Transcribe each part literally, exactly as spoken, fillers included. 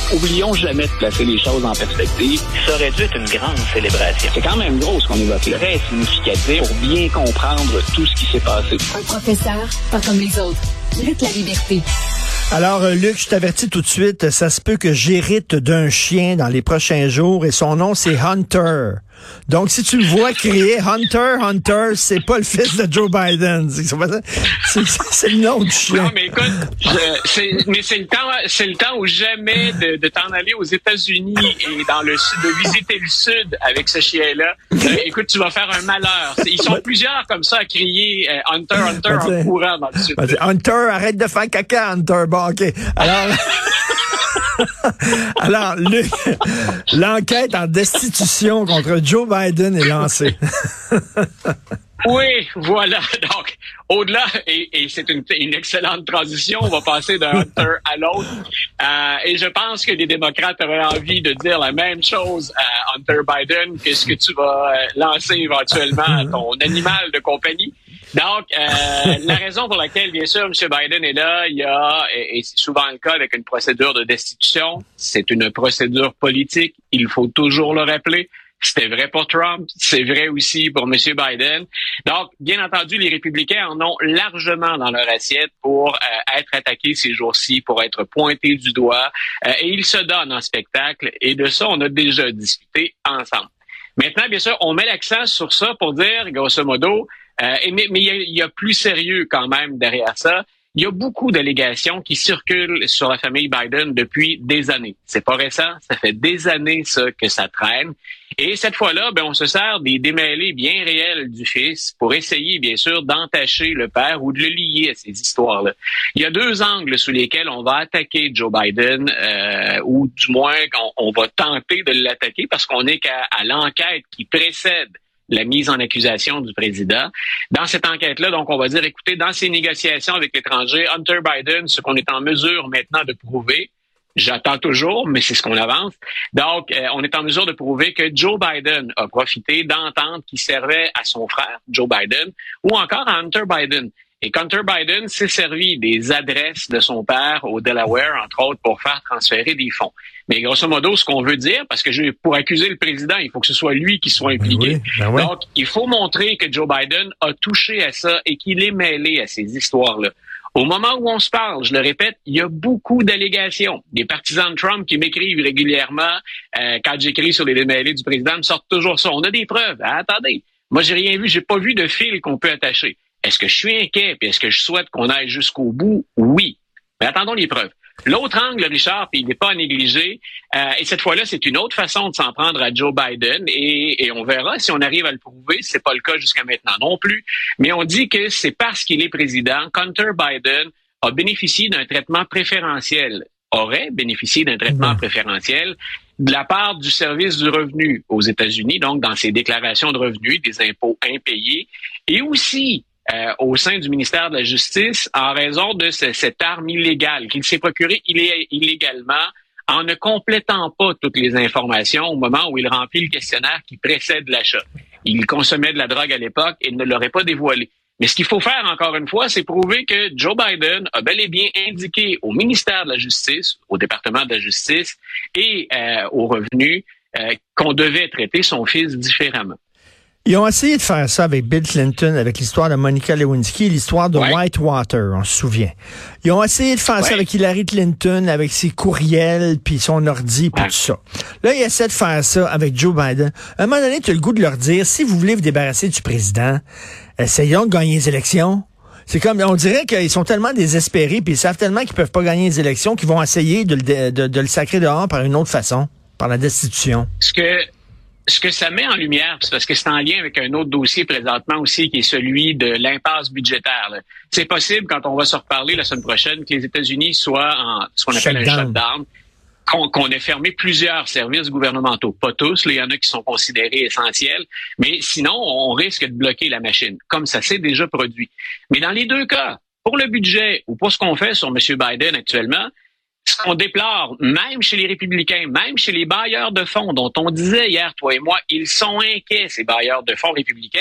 Oublions jamais de placer les choses en perspective. Ça aurait dû être une grande célébration. C'est quand même gros ce qu'on évoque là. Très significatif pour bien comprendre tout ce qui s'est passé. Un professeur, pas comme les autres. Luc La Liberté. Alors, euh, Luc, je t'avertis tout de suite, ça se peut que j'hérite d'un chien dans les prochains jours et son nom, c'est Hunter. Donc, si tu le vois crier Hunter, Hunter, c'est pas le fils de Joe Biden. C'est, c'est, c'est le nom du chien. Non, mais écoute, je, c'est, mais c'est le temps, c'est le temps ou jamais de, de t'en aller aux États-Unis et dans le sud, de visiter le sud avec ce chien-là. Euh, écoute, tu vas faire un malheur. Ils sont plusieurs comme ça à crier euh, Hunter, Hunter en courant dans le sud. Hunter, arrête de faire caca, Hunter. Bon, OK. Alors... Alors, Luc, l'enquête en destitution contre Joe Biden est lancée. Oui, voilà. Donc, au-delà, et, et c'est une, une excellente transition, on va passer d'un Hunter à l'autre. Euh, et je pense que les démocrates auraient envie de dire la même chose à Hunter Biden que ce que tu vas lancer éventuellement à ton animal de compagnie. Donc, euh, la raison pour laquelle, bien sûr, M. Biden est là, il y a, et, et c'est souvent le cas avec une procédure de destitution, c'est une procédure politique, il faut toujours le rappeler. C'était vrai pour Trump, c'est vrai aussi pour M. Biden. Donc, bien entendu, les républicains en ont largement dans leur assiette pour euh, être attaqués ces jours-ci, pour être pointés du doigt, euh, et ils se donnent en spectacle, et de ça, on a déjà discuté ensemble. Maintenant, bien sûr, on met l'accent sur ça pour dire, grosso modo, euh, mais il y, y a plus sérieux quand même derrière ça. Il y a beaucoup d'allégations qui circulent sur la famille Biden depuis des années. C'est pas récent, ça fait des années ça que ça traîne. Et cette fois-là, ben on se sert des démêlés bien réels du fils pour essayer, bien sûr, d'entacher le père ou de le lier à ces histoires-là. Il y a deux angles sous lesquels on va attaquer Joe Biden, euh, ou du moins on, on va tenter de l'attaquer parce qu'on est qu'à à l'enquête qui précède la mise en accusation du président. Dans cette enquête-là, donc, on va dire, écoutez, dans ces négociations avec l'étranger, Hunter Biden, ce qu'on est en mesure maintenant de prouver, j'attends toujours, mais c'est ce qu'on avance. Donc, euh, on est en mesure de prouver que Joe Biden a profité d'ententes qui servaient à son frère, Joe Biden, ou encore à Hunter Biden. Et Hunter Biden s'est servi des adresses de son père au Delaware, entre autres, pour faire transférer des fonds. Mais grosso modo, ce qu'on veut dire, parce que je, pour accuser le président, il faut que ce soit lui qui soit impliqué. Ben oui, ben oui. Donc, il faut montrer que Joe Biden a touché à ça et qu'il est mêlé à ces histoires-là. Au moment où on se parle, je le répète, il y a beaucoup d'allégations. Des partisans de Trump qui m'écrivent régulièrement, euh, quand j'écris sur les démêlés du président, me sortent toujours ça. On a des preuves. Ah, attendez, moi j'ai rien vu, j'ai pas vu de fil qu'on peut attacher. Est-ce que je suis inquiet, puis est-ce que je souhaite qu'on aille jusqu'au bout? Oui. Mais attendons les preuves. L'autre angle, Richard, puis il n'est pas à négliger, euh, et cette fois-là, c'est une autre façon de s'en prendre à Joe Biden, et, et on verra si on arrive à le prouver. C'est pas le cas jusqu'à maintenant non plus. Mais on dit que c'est parce qu'il est président qu'Hunter Biden a bénéficié d'un traitement préférentiel, aurait bénéficié d'un traitement mmh. préférentiel de la part du service du revenu aux États-Unis, donc dans ses déclarations de revenus, des impôts impayés, et aussi Euh, au sein du ministère de la Justice en raison de ce, cette arme illégale qu'il s'est procurée illé- illégalement en ne complétant pas toutes les informations au moment où il remplit le questionnaire qui précède l'achat. Il consommait de la drogue à l'époque et ne l'aurait pas dévoilé. Mais ce qu'il faut faire, encore une fois, c'est prouver que Joe Biden a bel et bien indiqué au ministère de la Justice, au département de la Justice et euh, au revenu euh, qu'on devait traiter son fils différemment. Ils ont essayé de faire ça avec Bill Clinton, avec l'histoire de Monica Lewinsky, l'histoire de ouais. Whitewater, on se souvient. Ils ont essayé de faire ouais. ça avec Hillary Clinton, avec ses courriels, puis son ordi, puis ouais. tout ça. Là, ils essaient de faire ça avec Joe Biden. À un moment donné, tu as le goût de leur dire, si vous voulez vous débarrasser du président, essayons de gagner les élections. C'est comme, on dirait qu'ils sont tellement désespérés, puis ils savent tellement qu'ils peuvent pas gagner les élections, qu'ils vont essayer de, de, de, de le sacrer dehors par une autre façon, par la destitution. Ce que... Ce que ça met en lumière, c'est parce que c'est en lien avec un autre dossier présentement aussi, qui est celui de l'impasse budgétaire. Là. C'est possible, quand on va se reparler la semaine prochaine, que les États-Unis soient en ce qu'on appelle shutdown. un shutdown, qu'on, qu'on ait fermé plusieurs services gouvernementaux. Pas tous, là, il y en a qui sont considérés essentiels, mais sinon, on risque de bloquer la machine, comme ça s'est déjà produit. Mais dans les deux cas, pour le budget ou pour ce qu'on fait sur M. Biden actuellement, ce qu'on déplore, même chez les républicains, même chez les bailleurs de fonds, dont on disait hier, toi et moi, ils sont inquiets, ces bailleurs de fonds républicains,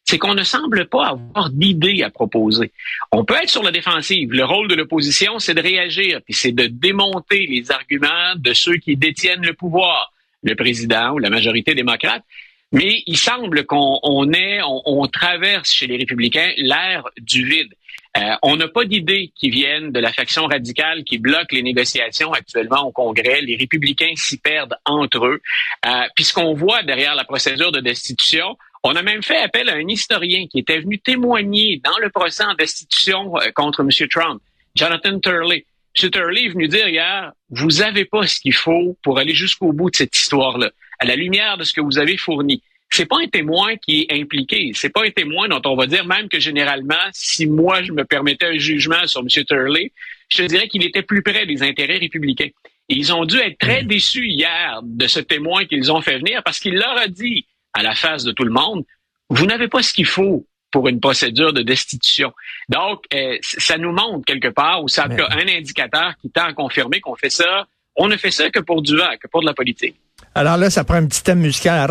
c'est qu'on ne semble pas avoir d'idées à proposer. On peut être sur la défensive. Le rôle de l'opposition, c'est de réagir, puis c'est de démonter les arguments de ceux qui détiennent le pouvoir, le président ou la majorité démocrate. Mais il semble qu'on on est, on, on traverse chez les républicains l'ère du vide. Euh, on n'a pas d'idées qui viennent de la faction radicale qui bloque les négociations actuellement au Congrès. Les républicains s'y perdent entre eux. Euh, puis ce qu'on voit derrière la procédure de destitution, on a même fait appel à un historien qui était venu témoigner dans le procès en destitution contre M. Trump, Jonathan Turley. M. Turley est venu dire hier, vous avez pas ce qu'il faut pour aller jusqu'au bout de cette histoire-là, à la lumière de ce que vous avez fourni. C'est pas un témoin qui est impliqué. C'est pas un témoin dont on va dire même que généralement, si moi je me permettais un jugement sur M. Turley, je dirais qu'il était plus près des intérêts républicains. Et ils ont dû être très déçus hier de ce témoin qu'ils ont fait venir parce qu'il leur a dit à la face de tout le monde, vous n'avez pas ce qu'il faut pour une procédure de destitution. Donc, euh, ça nous montre quelque part, ou ça a un indicateur qui tend à confirmer qu'on fait ça, on ne fait ça que pour du vent, que pour de la politique. Alors là, ça prend un petit thème musical.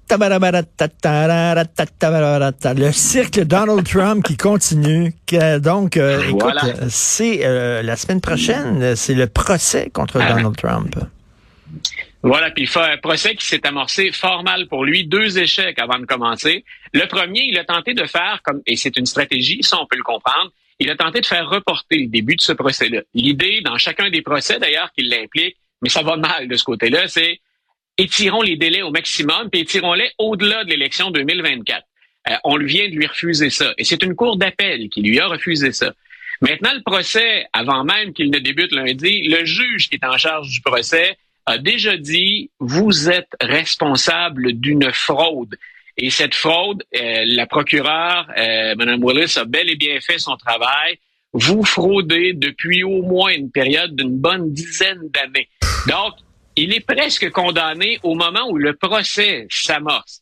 Le cirque Donald Trump qui continue. Donc, euh, écoute, voilà. c'est euh, la semaine prochaine, c'est le procès contre ah. Donald Trump. Voilà, puis un procès qui s'est amorcé fort mal pour lui, deux échecs avant de commencer. Le premier, il a tenté de faire, comme et c'est une stratégie, ça on peut le comprendre, il a tenté de faire reporter le début de ce procès-là. L'idée, dans chacun des procès d'ailleurs, qui l'implique, mais ça va mal de ce côté-là, c'est étirons les délais au maximum, puis étirons-les au-delà de l'élection deux mille vingt-quatre. Euh, on vient de lui refuser ça, et c'est une cour d'appel qui lui a refusé ça. Maintenant, le procès, avant même qu'il ne débute lundi, le juge qui est en charge du procès a déjà dit, vous êtes responsable d'une fraude. Et cette fraude, euh, la procureure, euh, Mme Willis, a bel et bien fait son travail. Vous fraudez depuis au moins une période d'une bonne dizaine d'années. Donc, il est presque condamné au moment où le procès s'amorce.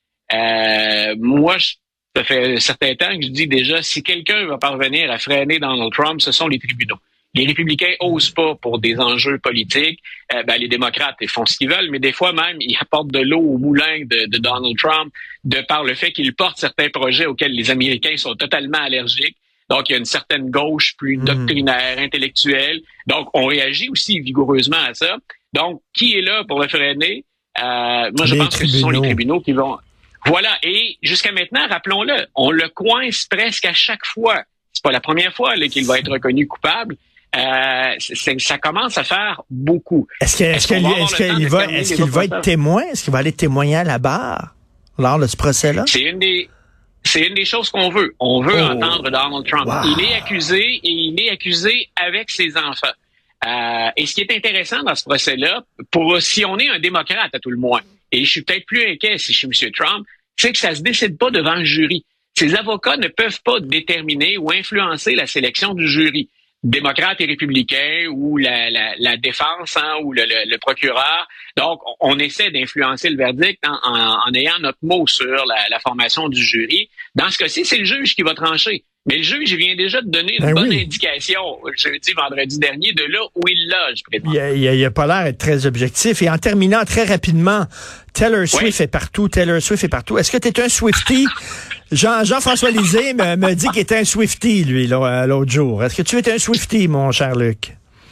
Euh, moi, je, ça fait un certain temps que je dis déjà, si quelqu'un va parvenir à freiner Donald Trump, ce sont les tribunaux. Les républicains osent pas pour des enjeux politiques. Euh, ben, les démocrates ils font ce qu'ils veulent, mais des fois même, ils apportent de l'eau au moulin de, de Donald Trump de par le fait qu'il porte certains projets auxquels les Américains sont totalement allergiques. Donc, il y a une certaine gauche plus doctrinaire, intellectuelle. Donc, on réagit aussi vigoureusement à ça. Donc, qui est là pour le freiner? Euh, moi, je les pense tribunaux. que ce sont les tribunaux qui vont... Voilà. Et jusqu'à maintenant, rappelons-le, on le coince presque à chaque fois. C'est pas la première fois là, qu'il va être reconnu coupable. Euh, c'est, ça commence à faire beaucoup. Est-ce, que, est-ce, est-ce, qu'il, est-ce qu'il va, est-ce qu'il va être témoin? Est-ce qu'il va aller témoigner à la barre lors de ce procès-là? C'est une des, c'est une des choses qu'on veut. On veut oh. entendre Donald Trump. Wow. Il est accusé et il est accusé avec ses enfants. Euh, et ce qui est intéressant dans ce procès-là, pour si on est un démocrate à tout le moins, et je suis peut-être plus inquiet si je suis M. Trump, c'est que ça se décide pas devant le jury. Ces avocats ne peuvent pas déterminer ou influencer la sélection du jury. Démocrates et républicains ou la, la, la défense hein, ou le, le, le procureur. Donc, on, on essaie d'influencer le verdict en, en, en ayant notre mot sur la, la formation du jury. Dans ce cas-ci, c'est le juge qui va trancher. Mais le juge vient déjà de donner une ben bonne oui. indication, jeudi, vendredi dernier, de là où il loge. Il a, il, a, il a pas l'air d'être très objectif. Et en terminant très rapidement, Taylor Swift oui. est partout, Taylor Swift est partout. Est-ce que tu es un Swiftie? Jean, Jean-François Lisée me, me dit qu'il était un Swiftie, lui, l'autre jour. Est-ce que tu es un Swiftie, mon cher Luc?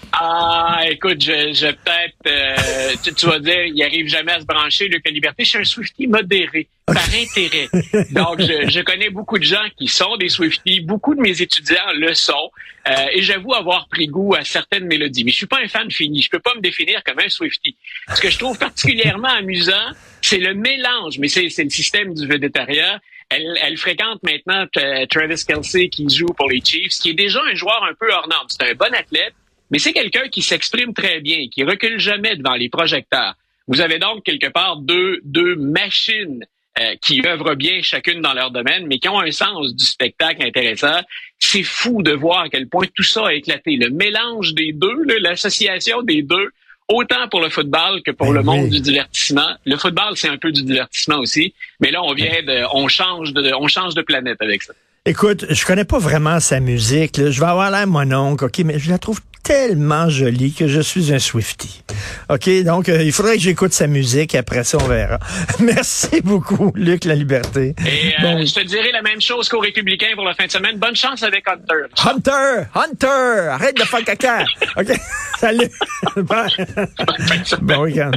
Ah, écoute, je, je peut-être, euh, tu, tu vas dire, il arrive jamais à se brancher, Luc La Liberté. Je suis un Swiftie modéré, par intérêt. Donc, je, je connais beaucoup de gens qui sont des Swifties. Beaucoup de mes étudiants le sont. Euh, et j'avoue avoir pris goût à certaines mélodies. Mais je suis pas un fan fini. Je peux pas me définir comme un Swiftie. Ce que je trouve particulièrement amusant, c'est le mélange. Mais c'est, c'est le système du végétarien. Elle, elle fréquente maintenant euh, Travis Kelce qui joue pour les Chiefs, qui est déjà un joueur un peu hors norme. C'est un bon athlète. Mais c'est quelqu'un qui s'exprime très bien, qui recule jamais devant les projecteurs. Vous avez donc quelque part deux, deux machines euh, qui œuvrent bien chacune dans leur domaine, mais qui ont un sens du spectacle intéressant. C'est fou de voir à quel point tout ça a éclaté. Le mélange des deux, là, l'association des deux, autant pour le football que pour ben le monde oui. du divertissement. Le football, c'est un peu du divertissement aussi, mais là, on vient de, on change de, on change de planète avec ça. Écoute, je connais pas vraiment sa musique. Là. Je vais avoir l'air mon oncle, OK, mais je la trouve tellement jolie que je suis un Swiftie. OK, donc euh, il faudrait que j'écoute sa musique. Après ça, on verra. Merci beaucoup, Luc La Liberté. Et euh, bon. je te dirai la même chose qu'aux Républicains pour la fin de semaine. Bonne chance avec Hunter. Hunter! Hunter! Arrête de faire caca! OK, salut! Bye! Bon week-end.